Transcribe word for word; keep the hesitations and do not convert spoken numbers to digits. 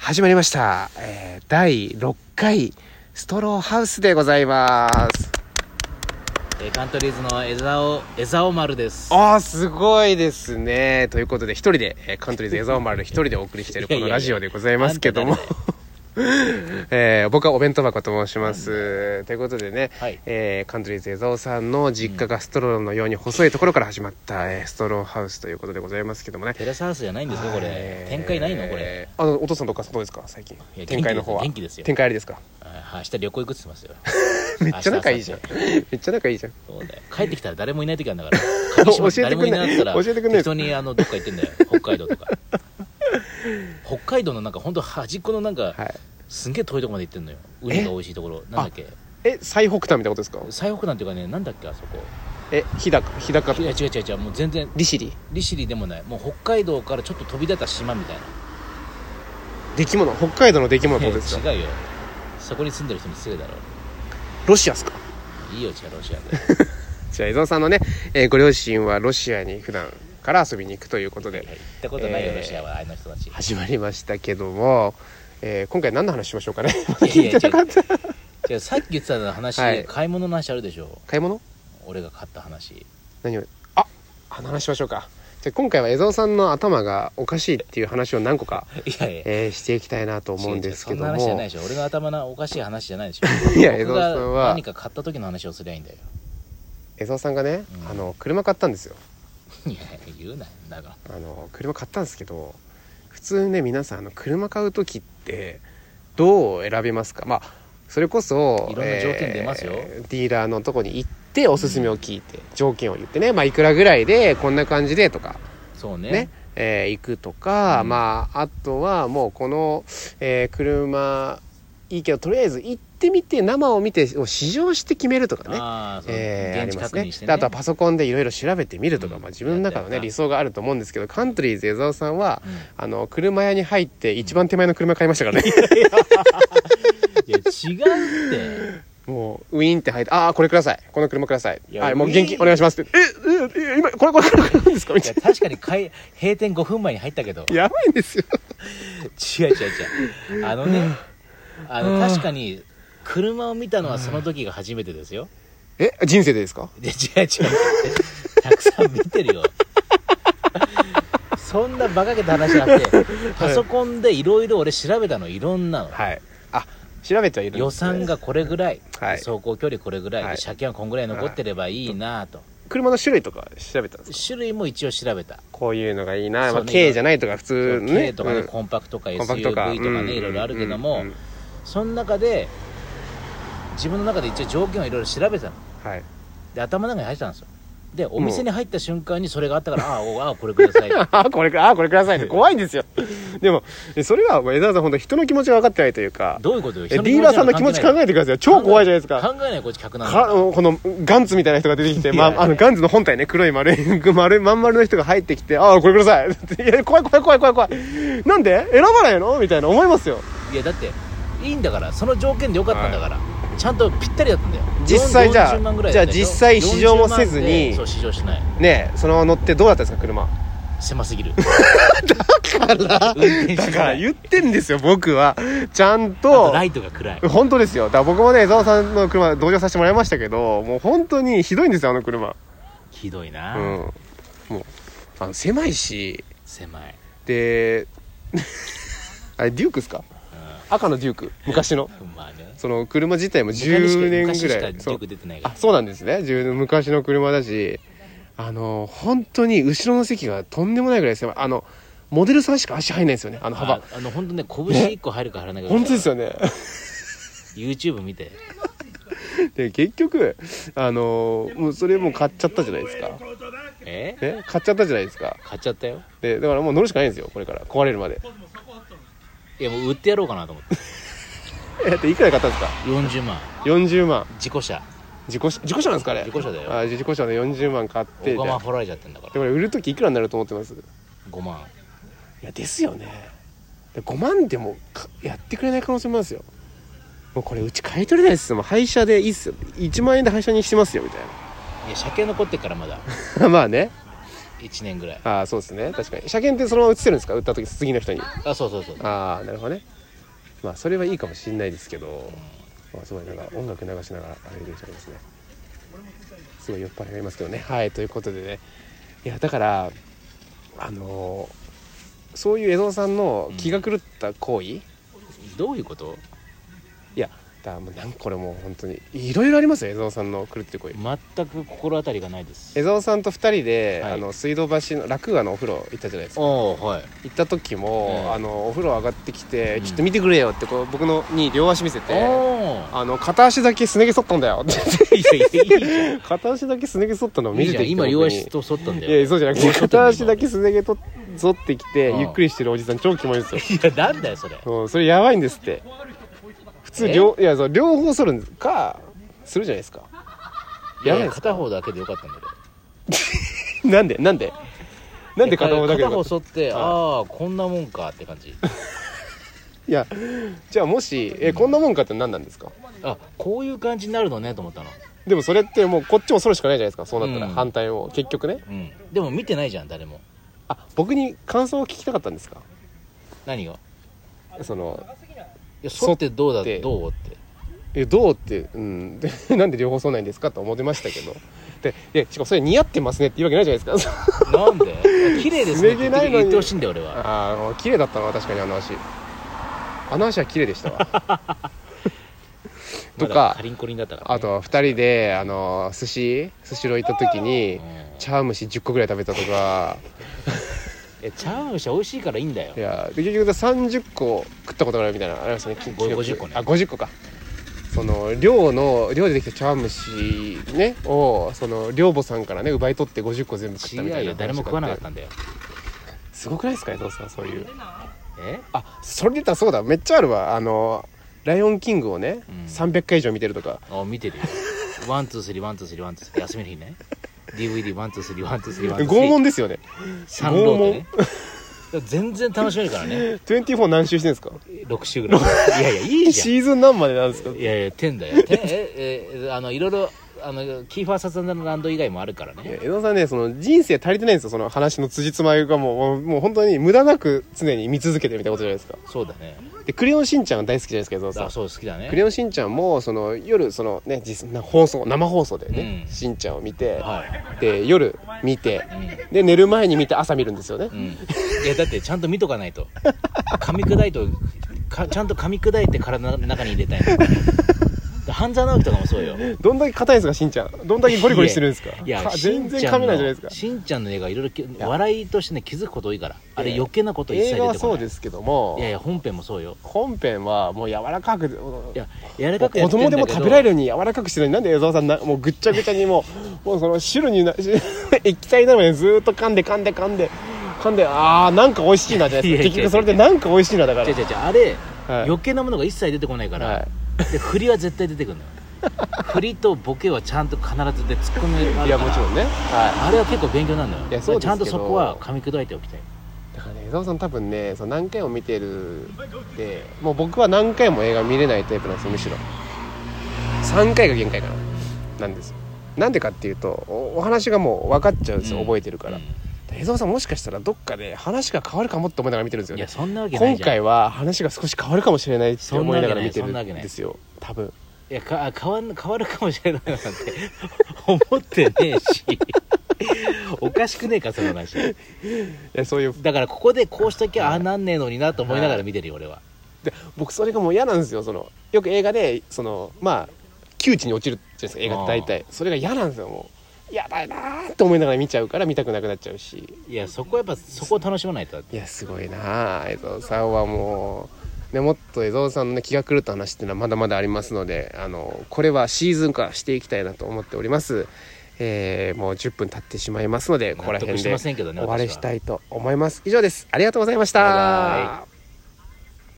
始まりました、えー、だいろっかいストローハウスでございます。 えー、カントリーズの江沢江沢丸です。 あーすごいですね。ということで一人で、えー、カントリーズ江沢丸一人でお送りしているこのラジオでございますけどもえー、僕はお弁当箱と申します。ということでね、はい、えー、カントリーズ江沢さんの実家がストローのように細いところから始まった、えー、ストローハウスということでございますけどもね。 テラスハウスじゃないんですかこれ、えー、展開ないのこれ。 あのお父さんとかどうですか最近。展開の方は元気ですよ。 展開ありですか。 あ明日旅行行くって言ってますよめっちゃ仲いいじゃんめっちゃ仲いいじゃん。 そうだよ、帰ってきたら誰もいない時あるんだから教えてくんない。教えてくんない。適当にあのどっか行ってんだよ北海道とか北海道のなんか本当端っこのなんか、はい、すんげえ遠いとこまで行ってんのよ。ウニが美味しいところ。なんだっけ。 え最北端みたいなことですか。 最北端っていうかね、なんだっけあそこ。 え日高日高。 いや違う違う違う、もう全然利尻利尻でもない。もう北海道からちょっと飛び出た島みたいな出来物。北海道の出来物ってことですか。 違うよ、そこに住んでる人に失礼だろ。 ロシアっすか。 いいよ違うロシアでじゃあ江澤さんのね、えー、ご両親はロシアに普段から遊びに行くということで、 行ったことないよ、えー、ロシアはあの人たち。 始まりましたけども、えー、今回何の話しましょうかね。 いやいや違う違う、さっき言ってた話、はい、買い物の話あるでしょ。 買い物。 俺が買った話。 何を。ああの話しましょうか。じゃあ今回は江澤さんの頭がおかしいっていう話を何個かいやいや、 えー、していきたいなと思うんですけども。 違う違う、そんな話じゃないでしょ。俺の頭のおかしい話じゃないでしょ。 いや江澤さんは何か買った時の話をすりゃいいんだよ。 江澤さんがね、うん、あの車買ったんですよ。 いや言うなよだが。 あの車買ったんですけど、普通ね皆さんあの車買う時ってどう選びますか。まあそれこそいろんな条件出ますよ、 えー、ディーラーのとこに行っておすすめを聞いて、うん、条件を言ってね、まあいくらぐらいでこんな感じでとか、 そうね、 ね、えー、行くとか、うん、まああとはもうこの、えー、車いいけどとりあえず行ってみて生を見て試乗して決めるとかね。 あ、 えー、 現地確認してね。 あとはパソコンでいろいろ調べてみるとか、うん、まあ、自分の中のね理想があると思うんですけど、カントリーズ江澤さんは、うん、あの車屋に入って一番手前の車買いましたからね。 いや違うって。 もうウィーンって入って、ああこれください、この車ください、はい、もう現金お願いしますって。ええ今これこれこれなんですかみたいな。 いや確かに開閉店ごふんまえに入ったけどやばいんですよ。 違う違う違う、あのねあの確かに車を見たのはその時が初めてですよ。 え人生でですか。 いや違う違うたくさん見てるよそんな馬鹿げた話あってパソコンでいろいろ俺調べたの、いろんなの。 はい、あ調べてはいるんですね。 予算がこれぐらい、はい、走行距離これぐらい、はい、車検はこんぐらい残ってればいいなと、はい、 車の種類とか調べたんですか。 種類も一応調べた。 こういうのがいいな、まあ、軽じゃないとか普通ね、 軽とかね、うん、コンパクトか エスユーブイ とかね、うん、いろいろあるけども、うんうん、その中で自分の中で一応条件をいろいろ調べたの、はい、で頭の中に入ってたんですよ。でお店に入った瞬間にそれがあったから、あああこれくださいあこれあこれくださいって怖いんですよでもそれは江澤さん本当人の気持ちが分かってないというか。 どういうことよ。 ディーラーさんの気持ち考えてください。超怖いじゃないですか。 考えないこっち客なんだかこのガンツみたいな人が出てきて、まあ、あのガンツの本体ね、黒い丸い丸まん丸の人が入ってきて、ああこれくださいいや怖い怖い怖い怖い怖いなんで選ばないのみたいな思いますよ。 いやだっていいんだから、その条件でよかったんだから、はい、ちゃんとぴったりだったんだよ。 実際じゃあじゃあ実際試乗もせずに、 そう試乗しないねえ、その乗ってどうだったんですか車。 狭すぎるだからだから言ってんですよ僕はちゃんと。 あとライトが暗い。 本当ですよ。だから僕もね江澤さんの車同乗させてもらいましたけど、もう本当にひどいんですよあの車。 ひどいな、 うん、もうあの狭いし狭いであれデュークですか、うん、赤のデューク昔のまあね、 その車自体もじゅうねんぐらい。 昔しかデューク出てないから。 あそうなんですね。昔の車だし、あの本当に後ろの席がとんでもないぐらい狭い。あのモデルさんしか足入んないんですよね、あの幅。 ああの本当ね、拳いっこ入るか入らないか、ね、 本当ですよね YouTube 見てで結局あのもうそれもう買っちゃったじゃないですか。 ええ買っちゃったじゃないですか。 買っちゃったよ。 でだからもう乗るしかないんですよこれから壊れるまで。 いやもう売ってやろうかなと思ってえだっていくらで買ったんですか。 よんじゅうまん。 よんじゅうまん。 自己車自己自己車なんですかあれ。 自己車だよ。 あ自己車でよんじゅうまん買って、 ごまん掘られちゃってんだから。 でこれ売るときいくらになると思ってます。 ごまん。 いやですよね。ごまんでもやってくれない可能性もあるんですよ。もうこれうち買い取れないですよ。もう廃車でいいっすよ。いちまん円で廃車にしてますよみたいな。 いや車検残ってっからまだまあね。 いちねんぐらい。 ああそうですね、確かに車検ってそのまま映せるんですか、売った時次の人に。 あそうそうそう。 ああなるほどね。まあそれはいいかもしれないですけど、うん、まあすごいなんか音楽流しながら歩いてる人ですね。すごい酔っ払いがいますけどね。はい、ということでね、いやだからあのー、そういう江蔵さんの気が狂った行為、うん、 どういうこと？ いやだもうなんこれもう本当にいろいろありますよ江蔵さんの狂ってる行為。 全く心当たりがないです。 江蔵さんとふたりで、はい、あの水道橋のラクーアのお風呂行ったじゃないですか。お、はい、行った時も、うん、あのお風呂上がってきて、うん、ちょっと見てくれよってこう僕のに両足見せて、あの片足だけすね毛剃ったんだよっていやいやいい片足だけすね毛剃ったのを見せてきて、 今両足と剃ったんだよ。 いやそうじゃなくて片足だけすね毛と剃ってきてゆっくりしてるおじさん超キモいんですよ。 いやなんだよそれ。 うん、それやばいんですって。普通両いやそう両方剃るかするじゃないですか。 いやいや片方だけでよかったんだけどなんでなんでなんで片方だけで片方剃って、はい、ああこんなもんかって感じ。 いやじゃあもしえ、うん、こんなもんかって何なんですか。 あこういう感じになるのねと思ったの。 でもそれってもうこっちも剃るしかないじゃないですか。そうなったら、うん、反対を結局ね、 うん、でも見てないじゃん誰も。 あ僕に感想を聞きたかったんですか。 何がそのいや剃ってどうだどうってえどうってうんでなんで両方剃らないんですかと思ってましたけどででしかもそれ似合ってますねって言うわけないじゃないですか。 なんで綺麗ですねって言ってほしいんだよ俺は。 ああ綺麗だったのは確かにあの足あの足は綺麗でしたわとかカリンコリンだったから、ね、 あとふたりであの寿司寿司ロー行った時に、うん、茶碗蒸しじゅっこぐらい食べたとかえ茶碗蒸し美味しいからいいんだよ。 いやで結局さんじゅっこ食ったことがあるみたいなありますね。 ごじゅっこね。 あごじゅっこか。その寮の寮でできた茶碗蒸しねをその寮母さんからね奪い取ってごじゅっこ全部食ったみたいな。 違うよ誰も食わなかったんだよ。 すごくないですか江藤さんそういう。 えあそれで言ったらそうだめっちゃあるわ。あのライオンキングをね、うん、さんびゃっかい以上見てるとか。 あ見てるよ。ワンツースリーワンツースリーワンツースリー休みの日ね。ディーブイディーワンツースリーワンツースリーワンツースリー。 拷問ですよね。 さんローでね。全然楽しめるからね。 にじゅうよん何周してるんですか。 ろく周ぐらい。いやいやいいじゃん。 シーズン何までなんですか。 いやいやじゅうだよ。じゅうええあのいろいろあのキーファーサザンランド以外もあるからね。 江戸さんねその人生足りてないんですよ。その話の辻褄がもうもう本当に無駄なく常に見続けてるみたいなことじゃないですか。 そうだね。 でクレヨンしんちゃんが大好きじゃないですか江戸さん。 あそう好きだね。 クレヨンしんちゃんもその夜そのね実放送生放送でね、うん、しんちゃんを見て、はい、で夜見て、うん、で寝る前に見て朝見るんですよね。うん、いやだってちゃんと見とかないと噛み砕いとかちゃんと噛み砕いて体の中に入れたいの。半沢直樹とかもそうよ。 どんだけ硬いんですかしんちゃん。どんだけゴリゴリしてるんですか。 いや全然噛めないじゃないですか。 しんちゃんの映画いろいろ笑いとしてね気づくこと多いから。あれ余計なこと一切出てこない。映画はそうですけども。 いやいや本編もそうよ。 本編はもう柔らかく。 いや柔らかくやってんだけど。子供でも食べられるように柔らかくしてるのになんで江沢さんなもうぐっちゃぐちゃにもうもうその汁にな液体になるまでずーっと噛んで噛んで噛んで噛んであーなんか美味しいなじゃないですか。結局それでなんか美味しいなだから。 違う違う違うあれ、はい、余計なものが一切出てこないから。はい、で振りは絶対出てくるのよ。振りとボケはちゃんと必ずで突っ込めるから。いやもちろんね、はい、 あれは結構勉強なんだよ。 いやそうですけどちゃんとそこは噛み砕いておきたい。 だからね江沢さん多分ねその何回も見てるでもう僕は何回も映画見れないタイプなんですよ。むしろさんかいが限界かななんですよ。なんでかっていうと お, お話がもう分かっちゃうんですよ、うん、覚えてるから、うん江沢さんもしかしたらどっかで話が変わるかもって思いながら見てるんですよね。 いやそんなわけないじゃん。 今回は話が少し変わるかもしれないって思いながら見てるんですよ多分。 いやか変わん変わるかもしれないなんて思ってねえしおかしくねえかその話。いやそういうだからここでこうしときゃああなんねえのになと思いながら見てるよ俺は。 で僕それがもう嫌なんですよ。そのよく映画でそのまあ窮地に落ちるじゃないですか映画って大体。それが嫌なんですよ。もうやだなーって思いながら見ちゃうから見たくなくなっちゃうし。 いやそこはやっぱそこを楽しまないと。 いやすごいな江藤さんはもう、ね、もっと江藤さんの、ね、気が狂った話っていうのはまだまだありますのであのこれはシーズン化していきたいなと思っております。えー、もうじゅっぷん経ってしまいますのでここら辺で終わりしたいと思います。以上です。ありがとうございました。バイバイ。